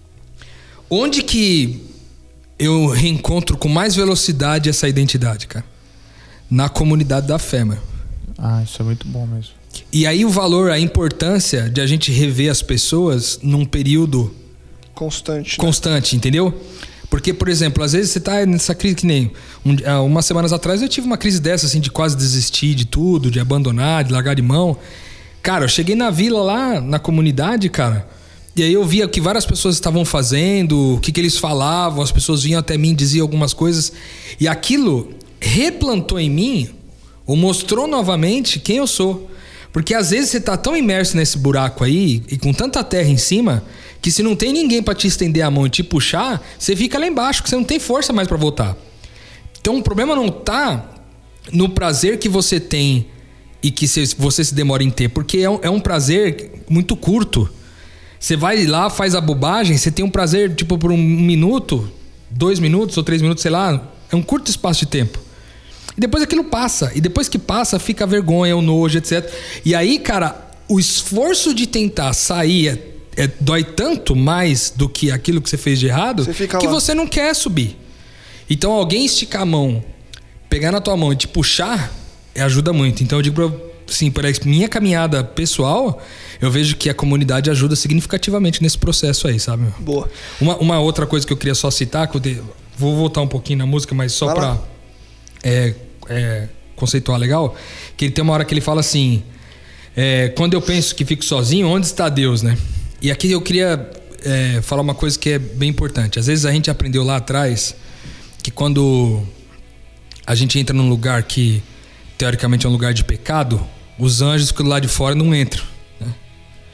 Onde que... eu reencontro com mais velocidade essa identidade, cara? Na comunidade da fé, mano. Ah, isso é muito bom mesmo. E aí o valor, a importância de a gente rever as pessoas num período... Constante. Constante, né? Entendeu? Porque, por exemplo, às vezes você tá nessa crise que nem... Um, umas semanas atrás eu tive uma crise dessa, assim, de quase desistir de tudo, de abandonar, de largar de mão. Cara, eu cheguei na vila lá, na comunidade, cara... E aí eu via o que várias pessoas estavam fazendo, o que, que eles falavam, as pessoas vinham até mim, diziam algumas coisas. E aquilo replantou em mim, ou mostrou novamente quem eu sou. Porque às vezes você tá tão imerso nesse buraco aí, e com tanta terra em cima, que se não tem ninguém para te estender a mão e te puxar, você fica lá embaixo, que você não tem força mais para voltar. Então o problema não tá no prazer que você tem e que você se demora em ter, porque é um, é um prazer muito curto. Você vai lá, faz a bobagem, você tem um prazer, tipo, por um minuto, dois minutos ou três minutos, sei lá. É um curto espaço de tempo. E depois aquilo passa. E depois que passa, fica a vergonha, o nojo, etcétera. E aí, cara, o esforço de tentar sair é, é, dói tanto mais do que aquilo que você fez de errado, você que lá. Você não quer subir. Então, alguém esticar a mão, pegar na tua mão e te puxar, ajuda muito. Então, eu digo pra... Sim, para minha caminhada pessoal, eu vejo que a comunidade ajuda significativamente nesse processo aí, sabe? Boa. Uma, uma outra coisa que eu queria só citar, que eu de, vou voltar um pouquinho na música, mas só para é, é, conceituar legal, que ele tem uma hora que ele fala assim, é, quando eu penso que fico sozinho, onde está Deus, né? E aqui eu queria é, falar uma coisa que é bem importante. Às vezes a gente aprendeu lá atrás que quando a gente entra num lugar que teoricamente é um lugar de pecado, os anjos que lá de fora não entram, né?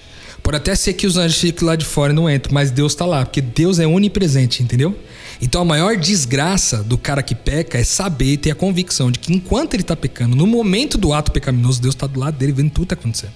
Pode até ser que os anjos fiquem lá de fora e não entram, mas Deus tá lá, porque Deus é onipresente, entendeu? Então a maior desgraça do cara que peca é saber e ter a convicção de que enquanto ele tá pecando, no momento do ato pecaminoso, Deus tá do lado dele vendo tudo que tá acontecendo.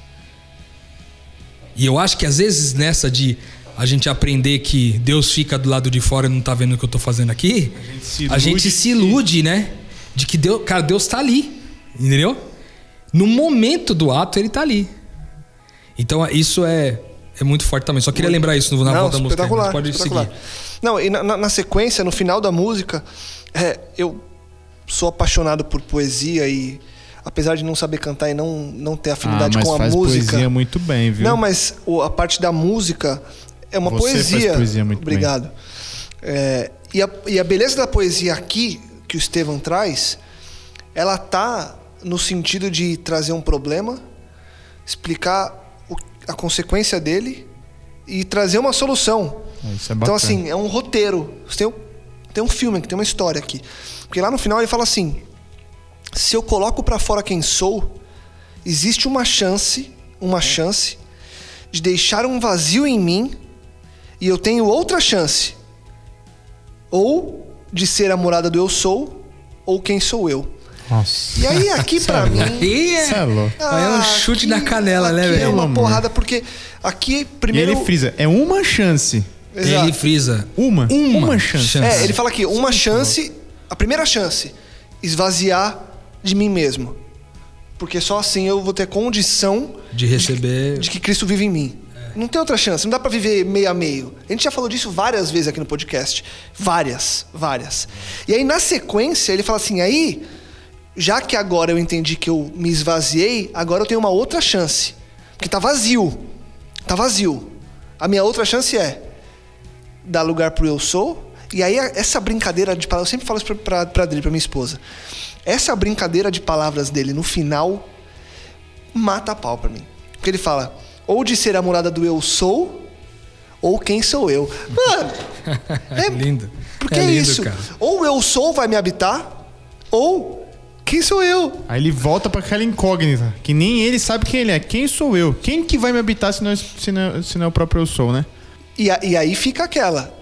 E eu acho que às vezes nessa de a gente aprender que Deus fica do lado de fora e não tá vendo o que eu tô fazendo aqui, a gente se ilude, a gente se ilude né? De que Deus, cara, Deus tá ali, entendeu? No momento do ato ele tá ali. Então isso é, é muito forte também. Só queria muito. lembrar isso na volta da música. Espetacular, pode espetacular. seguir. Não, e na, na sequência, no final da música, é, eu sou apaixonado por poesia e apesar de não saber cantar e não, não ter afinidade ah, com a faz música. Poesia muito bem, viu? Não, mas o, a parte da música é uma Você poesia. Faz poesia muito Obrigado. Bem. É, e, a, e a beleza da poesia aqui que o Estevão traz, ela tá no sentido de trazer um problema, explicar o, a consequência dele e trazer uma solução. Isso é então, assim, é um roteiro. Tem um, tem um filme aqui, tem uma história aqui. Porque lá no final ele fala assim: se eu coloco pra fora quem sou, existe uma chance, uma chance de deixar um vazio em mim e eu tenho outra chance. Ou de ser a morada do eu sou, ou quem sou eu. Nossa. E aí aqui pra mim... Aí é, ah, é um chute na canela, né, velho? É uma porrada, porque aqui primeiro... E ele frisa, é uma chance. Exato. Ele frisa. Uma? Uma, uma chance. chance. É, ele fala aqui, uma chance, a primeira chance, esvaziar de mim mesmo. Porque só assim eu vou ter condição de receber... De, de que Cristo vive em mim. É. Não tem outra chance, não dá pra viver meio a meio. A gente já falou disso várias vezes aqui no podcast. Várias, várias. E aí na sequência ele fala assim, aí... já que agora eu entendi que eu me esvaziei, agora eu tenho uma outra chance. Porque tá vazio. Tá vazio. A minha outra chance é dar lugar pro eu sou. E aí essa brincadeira de palavras, eu sempre falo isso pra, pra Adri, pra minha esposa. Essa brincadeira de palavras dele no final mata a pau pra mim. Porque ele fala, ou de ser a morada do eu sou, ou quem sou eu. Mano, é lindo. Porque é é lindo, isso. Cara. Ou eu sou vai me habitar, ou... quem sou eu? Aí ele volta pra aquela incógnita, que nem ele sabe quem ele é. Quem sou eu? Quem que vai me habitar se não, se não, se não é o próprio eu sou, né? E, a, e aí fica aquela...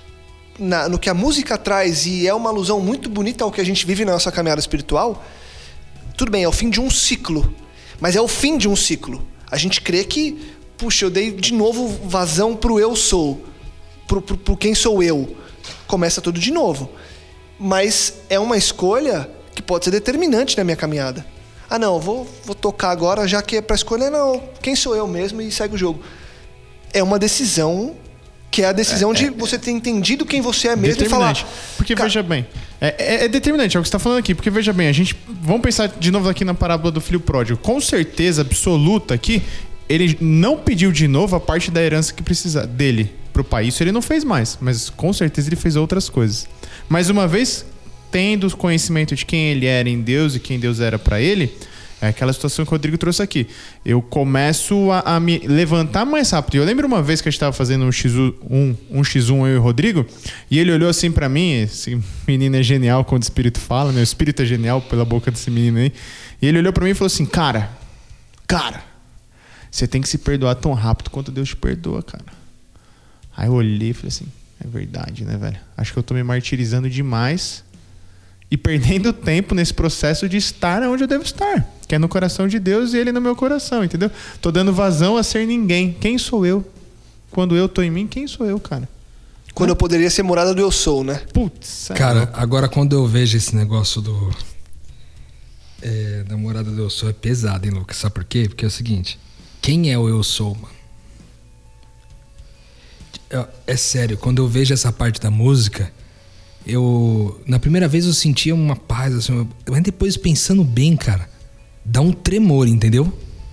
Na, no que a música traz, e é uma alusão muito bonita ao que a gente vive na nossa caminhada espiritual. Tudo bem, é o fim de um ciclo. Mas é o fim de um ciclo. A gente crê que... puxa, eu dei de novo vazão pro eu sou. Pro, pro, pro quem sou eu. Começa tudo de novo. Mas é uma escolha... que pode ser determinante na minha caminhada. Ah, não, vou, vou tocar agora, já que é pra escolher, não, quem sou eu mesmo e segue o jogo. É uma decisão, que é a decisão é, de é, você ter entendido quem você é mesmo e falar... Porque, veja bem, é, é, é determinante, é o que você está falando aqui, porque, veja bem, a gente... Vamos pensar de novo aqui na parábola do filho pródigo. Com certeza absoluta aqui, ele não pediu de novo a parte da herança que precisa dele pro pai. Isso ele não fez mais, mas com certeza ele fez outras coisas. Mais uma vez... tendo conhecimento de quem ele era em Deus e quem Deus era para ele, é aquela situação que o Rodrigo trouxe aqui. Eu começo a, a me levantar mais rápido. Eu lembro uma vez que a gente estava fazendo um X um, um X um, eu e o Rodrigo, e ele olhou assim para mim, esse menino é genial quando o Espírito fala, meu Espírito é genial pela boca desse menino aí, e ele olhou para mim e falou assim, cara, cara, você tem que se perdoar tão rápido quanto Deus te perdoa, cara. Aí eu olhei e falei assim, é verdade, né, velho? Acho que eu tô me martirizando demais e perdendo tempo nesse processo de estar onde eu devo estar, que é no coração de Deus e Ele no meu coração, entendeu? Tô dando vazão a ser ninguém. Quem sou eu? Quando eu tô em mim, quem sou eu, cara? Quando eu poderia ser morada do eu sou, né? Putz. Cara, agora quando eu vejo esse negócio do... É, da morada do eu sou, é pesado, hein, Lucas? Sabe por quê? Porque é o seguinte, quem é o eu sou, mano? É, é sério, quando eu vejo essa parte da música... Eu, na primeira vez eu sentia uma paz, assim, mas depois pensando bem, cara, dá um tremor, entendeu?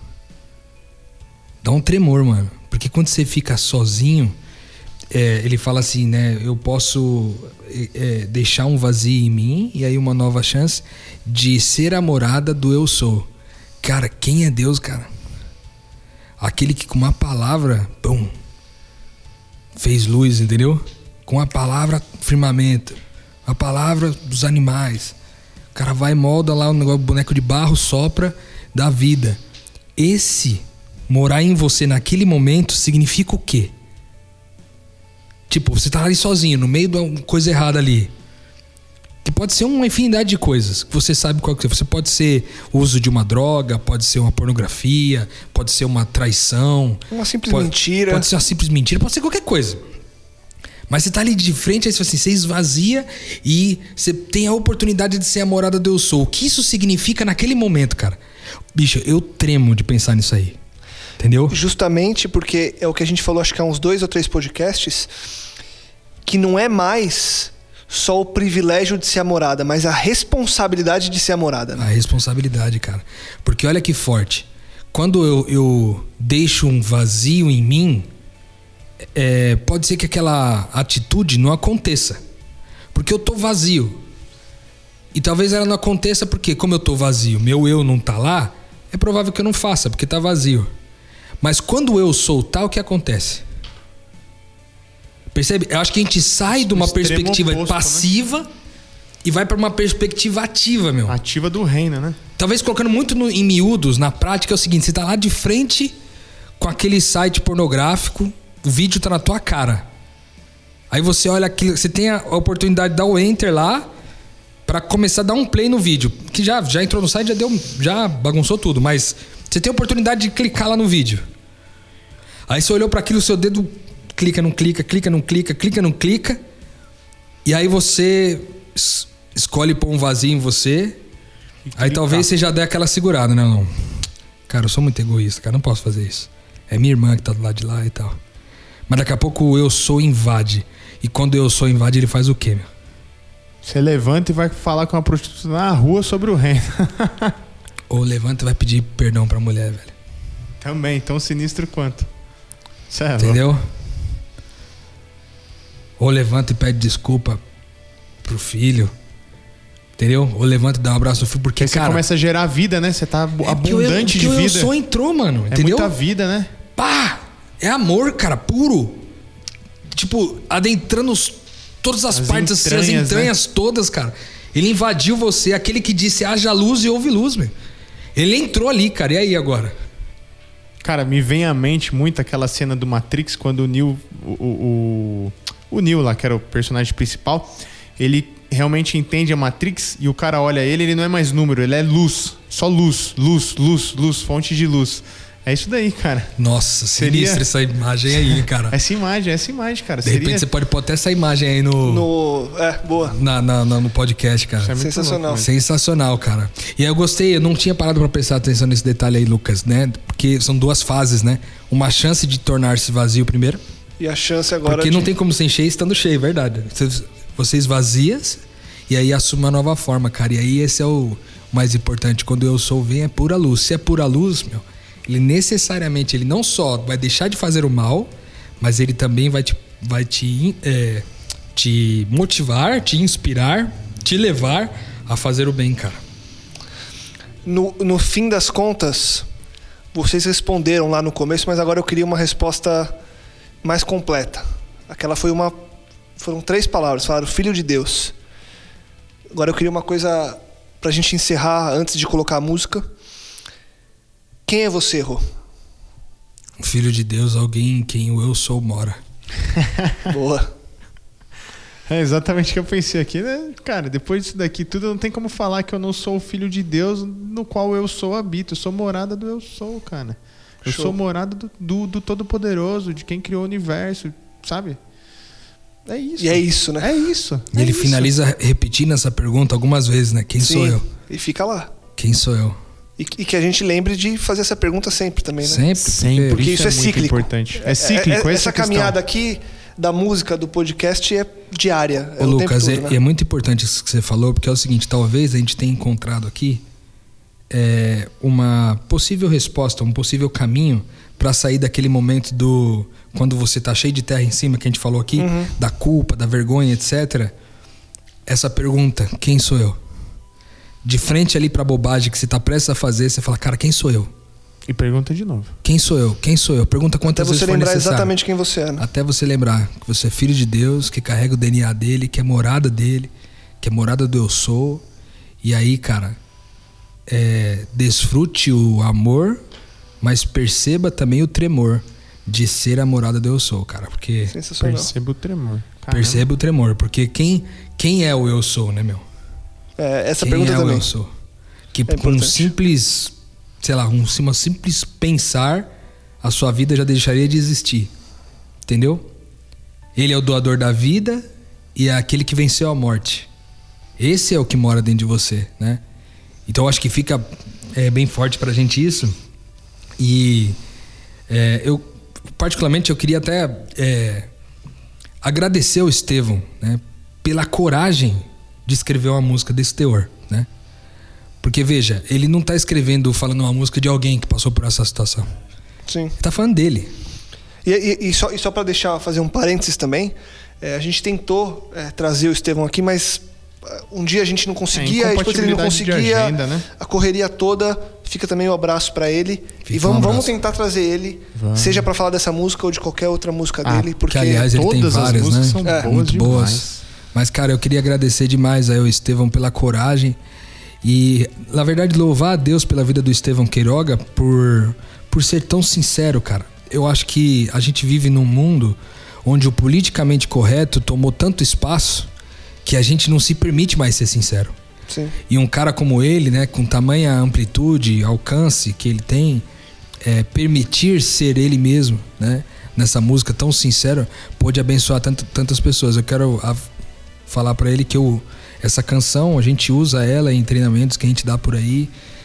Dá um tremor, mano. Porque quando você fica sozinho, é, ele fala assim, né? Eu posso é, deixar um vazio em mim e aí uma nova chance de ser a morada do eu sou. Cara, quem é Deus, cara? Aquele que com uma palavra, pum, fez luz, entendeu? Com a palavra firmamento, a palavra dos animais. O cara vai e molda lá um negócio, boneco de barro, sopra, dá vida. Esse morar em você naquele momento significa o quê? Tipo, você tá ali sozinho, no meio de uma coisa errada ali. Que pode ser uma infinidade de coisas. Que você sabe qual que é. Você pode ser o uso de uma droga, pode ser uma pornografia, pode ser uma traição. Uma simples pode, mentira. Pode ser uma simples mentira, pode ser qualquer coisa. Mas você tá ali de frente, aí você, assim, você esvazia e você tem a oportunidade de ser a morada do eu sou. O que isso significa naquele momento, cara? Bicho, eu tremo de pensar nisso aí. Entendeu? Justamente porque é o que a gente falou, acho que há uns dois ou três podcasts, que não é mais só o privilégio de ser a morada, mas a responsabilidade de ser a morada. Né? A responsabilidade, cara. Porque olha que forte. Quando eu, eu deixo um vazio em mim, é, pode ser que aquela atitude não aconteça. Porque eu tô vazio. E talvez ela não aconteça porque, como eu tô vazio, meu eu não tá lá, é provável que eu não faça, porque tá vazio. Mas quando eu soltar, o que acontece? Percebe? Eu acho que a gente sai de uma perspectiva oposto, passiva, né? E vai para uma perspectiva ativa, meu. Ativa do reino, né? Talvez colocando muito no, em miúdos, na prática é o seguinte: você tá lá de frente com aquele site pornográfico, o vídeo tá na tua cara. Aí você olha aquilo, você tem a oportunidade de dar o enter lá para começar a dar um play no vídeo. Que já, já entrou no site, já, deu, já bagunçou tudo, mas você tem a oportunidade de clicar lá no vídeo. Aí você olhou para aquilo, o seu dedo clica, não clica, clica, não clica, clica, não clica. E aí você es- escolhe pôr um vazio em você. Aí talvez você já dê aquela segurada, né? Não. Cara, eu sou muito egoísta, cara, não posso fazer isso. É minha irmã que tá do lado de lá e tal. Mas daqui a pouco o eu sou invade. E quando o eu sou invade, ele faz o quê, meu? Você levanta e vai falar com uma prostituta na rua sobre o reino. Ou levanta e vai pedir perdão pra mulher, velho. Também, tão sinistro quanto. Cê é Entendeu? louco. Ou levanta e pede desculpa pro filho. Entendeu? Ou levanta e dá um abraço no filho. Porque, Aí você cara, começa a gerar vida, né? Você tá é porque o eu- abundante porque de o vida. eu sou entrou, mano. É Entendeu? muita vida, né? Pá! É amor, cara, puro. Tipo, adentrando os, todas as, As partes, assim, as entranhas, entranhas todas, cara. Ele invadiu você, aquele que disse haja luz e houve luz, meu. Ele entrou ali, cara. E aí agora? Cara, me vem à mente muito aquela cena do Matrix quando o Neo, o, o, o, o Neo lá, que era o personagem principal, ele realmente entende a Matrix e o cara olha ele, ele não é mais número, ele é luz. Só luz, luz, luz, luz, fonte de luz. É isso daí, cara. Nossa, Seria- sinistra essa imagem aí, cara. Essa imagem, essa imagem, cara. De Seria... repente você pode pôr até essa imagem aí no, No... É, boa. na, na- na- no podcast, cara. Isso é muito Sensacional. louco, né? Sensacional, cara. E eu gostei, eu não tinha parado pra prestar atenção nesse detalhe aí, Lucas, né? Porque são duas fases, né? Uma chance de tornar-se vazio primeiro. E a chance agora Porque de... não tem como ser encher estando cheio, verdade. Você, você esvazia e aí assume uma nova forma, cara. E aí esse é o mais importante. Quando eu sou vem é pura luz. Se é pura luz, meu, ele necessariamente, ele não só vai deixar de fazer o mal, mas ele também vai te, vai te, é, te motivar, te inspirar, te levar a fazer o bem, cara. No, no fim das contas, vocês responderam lá no começo, mas agora eu queria uma resposta mais completa. Aquela foi uma... Foram três palavras, falaram Filho de Deus. Agora eu queria uma coisa pra gente encerrar antes de colocar a música. Quem é você, Rô? Um filho de Deus, alguém em quem o eu sou mora. Boa. É exatamente o que eu pensei aqui, né? Cara, depois disso daqui tudo, não tem como falar que eu não sou o filho de Deus no qual eu sou habito. Eu sou morada do eu sou, cara. Eu Show. sou morada do, do, do Todo-Poderoso, de quem criou o universo, sabe? É isso. E é isso, né? É isso. E é ele isso. finaliza repetindo essa pergunta algumas vezes, né? Quem sou Sim. eu? E fica lá. Quem sou eu? E, e que a gente lembre de fazer essa pergunta sempre também, né? Sempre. Sempre. Porque isso é muito cíclico. importante. É cíclico, É- é- essa essa é a questão. caminhada aqui da música, do podcast, é diária. É Ô, o Lucas, tempo todo, é, né? é muito importante isso que você falou, porque é o seguinte, talvez a gente tenha encontrado aqui é, uma possível resposta, um possível caminho para sair daquele momento do... Quando você tá cheio de terra em cima, que a gente falou aqui, Uhum. da culpa, da vergonha, etcétera. Essa pergunta, quem sou eu? De frente ali pra bobagem que você tá prestes a fazer, você fala, cara, quem sou eu? E pergunta de novo. Quem sou eu? Quem sou eu? Pergunta Até quantas você vezes for lembrar necessário. exatamente quem você é, né? Até você lembrar que você é filho de Deus, que carrega o D N A dele, que é morada dele, que é morada do eu sou. E aí, cara, é, desfrute o amor mas perceba também o tremor de ser a morada do Eu Sou, cara. Porque Sensacional. Perceba o tremor. Caramba. perceba o tremor, porque quem, quem é o Eu Sou, né, meu? É, essa Quem pergunta é também. o Eu Sou? Que É com um importante. simples, sei lá, um, uma simples pensar, a sua vida já deixaria de existir. Entendeu? Ele é o doador da vida e é aquele que venceu a morte. Esse é o que mora dentro de você, né? Então eu acho que fica é, bem forte pra gente isso. E é, eu, particularmente, eu queria até é, agradecer ao Estevão, né, pela coragem de escrever uma música desse teor, né? Porque, veja, ele não tá escrevendo, falando uma música de alguém que passou por essa situação. Sim. Ele tá falando dele. E, e, e só, e só para deixar, fazer um parênteses também, é, a gente tentou é, trazer o Estevão aqui, mas um dia a gente não conseguia, É, e depois ele não incompatibilidade de conseguia, agenda, né? a correria toda. Fica também um abraço para ele. Fica e vamos, um vamos abraço. tentar trazer ele, Vamos. seja para falar dessa música ou de qualquer outra música Ah, dele, porque que, aliás, ele tem Todas as várias, músicas né? são É, boas muito demais. boas. Mas, cara, eu queria agradecer demais aí ao Estevão pela coragem e, na verdade, louvar a Deus pela vida do Estevão Queiroga por, por ser tão sincero, cara. Eu acho que a gente vive num mundo onde o politicamente correto tomou tanto espaço que a gente não se permite mais ser sincero. Sim. E um cara como ele, né, com tamanha amplitude, alcance que ele tem, é, permitir ser ele mesmo, né, nessa música tão sincera, pode abençoar tanto, tantas pessoas. Eu quero a, falar pra ele que eu, essa canção, a gente usa ela em treinamentos que a gente dá por aí,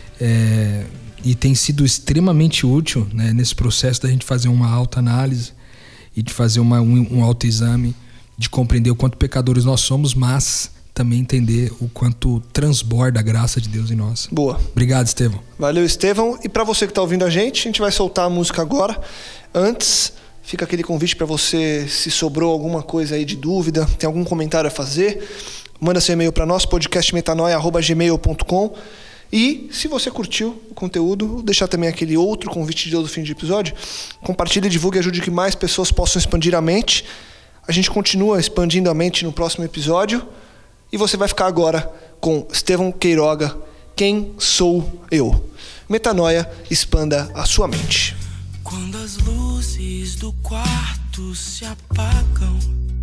é, e tem sido extremamente útil, né, nesse processo da gente fazer uma autoanálise e de fazer uma, um, um autoexame, de compreender o quanto pecadores nós somos, mas também entender o quanto transborda a graça de Deus em nós. Boa. Obrigado, Estevão. Valeu, Estevão. E para você que está ouvindo a gente, a gente vai soltar a música agora. Antes, fica aquele convite para você, se sobrou alguma coisa aí de dúvida, tem algum comentário a fazer, manda seu e-mail para nós, podcast metanoia arroba gmail ponto com. E se você curtiu o conteúdo, vou deixar também aquele outro convite de todo fim de episódio. Compartilhe, divulgue e ajude que mais pessoas possam expandir a mente. A gente continua expandindo a mente no próximo episódio. E você vai ficar agora com Estevão Queiroga, Quem Sou Eu? Metanoia, expanda a sua mente. Quando as luzes do quarto se apagam,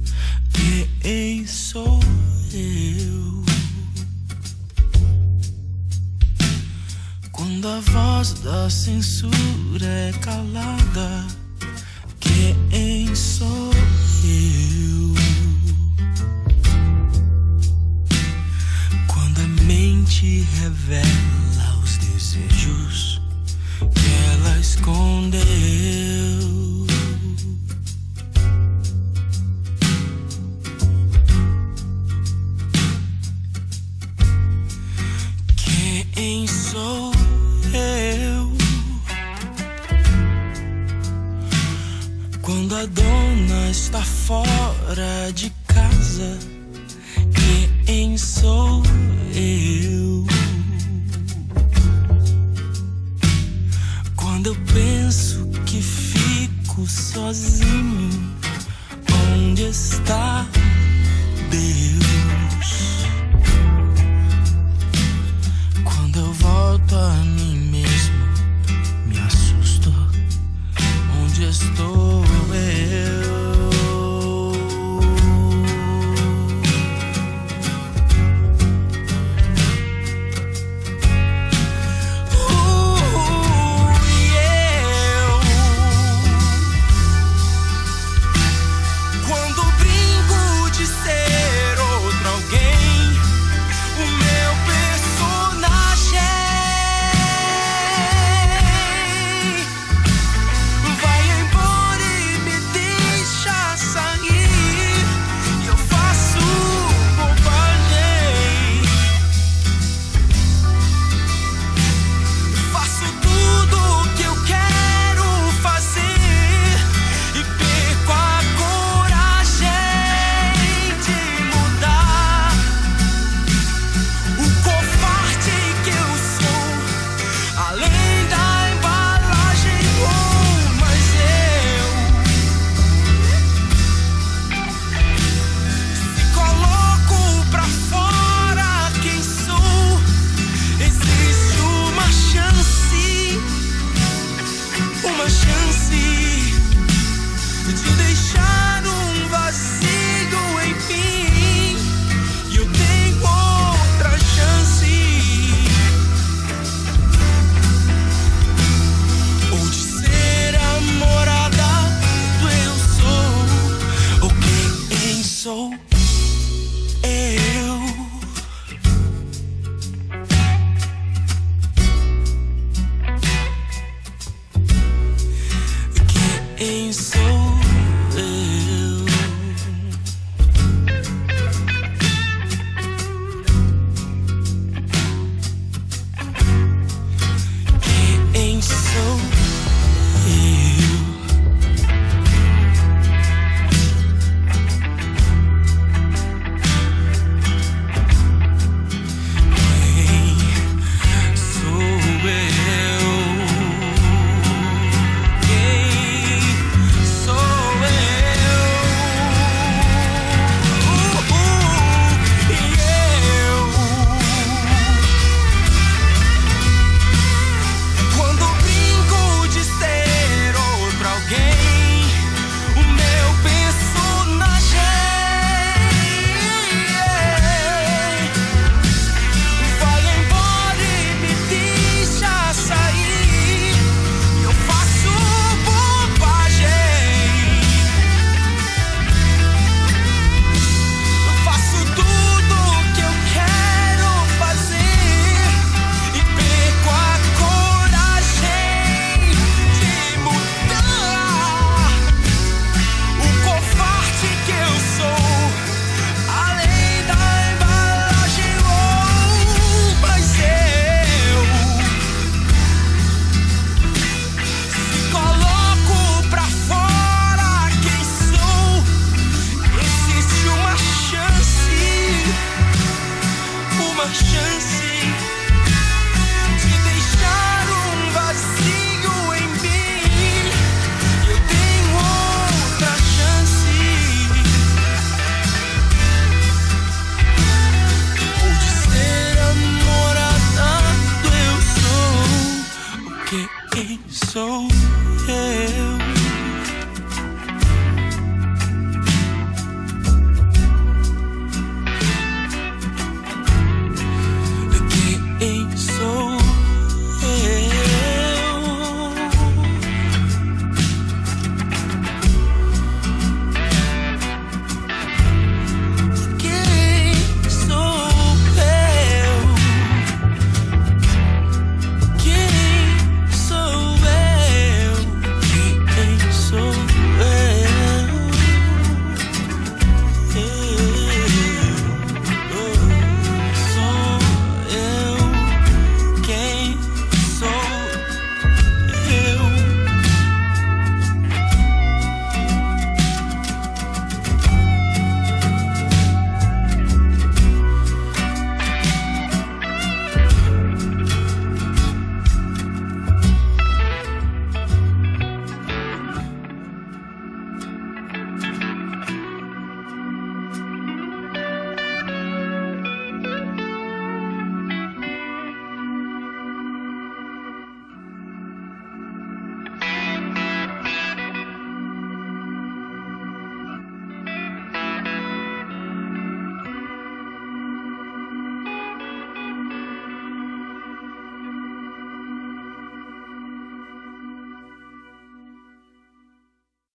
quem sou eu? Quando a voz da censura é calada, quem sou eu? Quando a mente revela os desejos que ela escondeu, quem sou eu? Quando a dona está fora de casa, quem sou eu? Quando eu penso que fico sozinho, onde está Deus? Quando eu volto a mim mesmo, me assusto, onde estou eu? Quando brinco de ser sou eu. Quem sou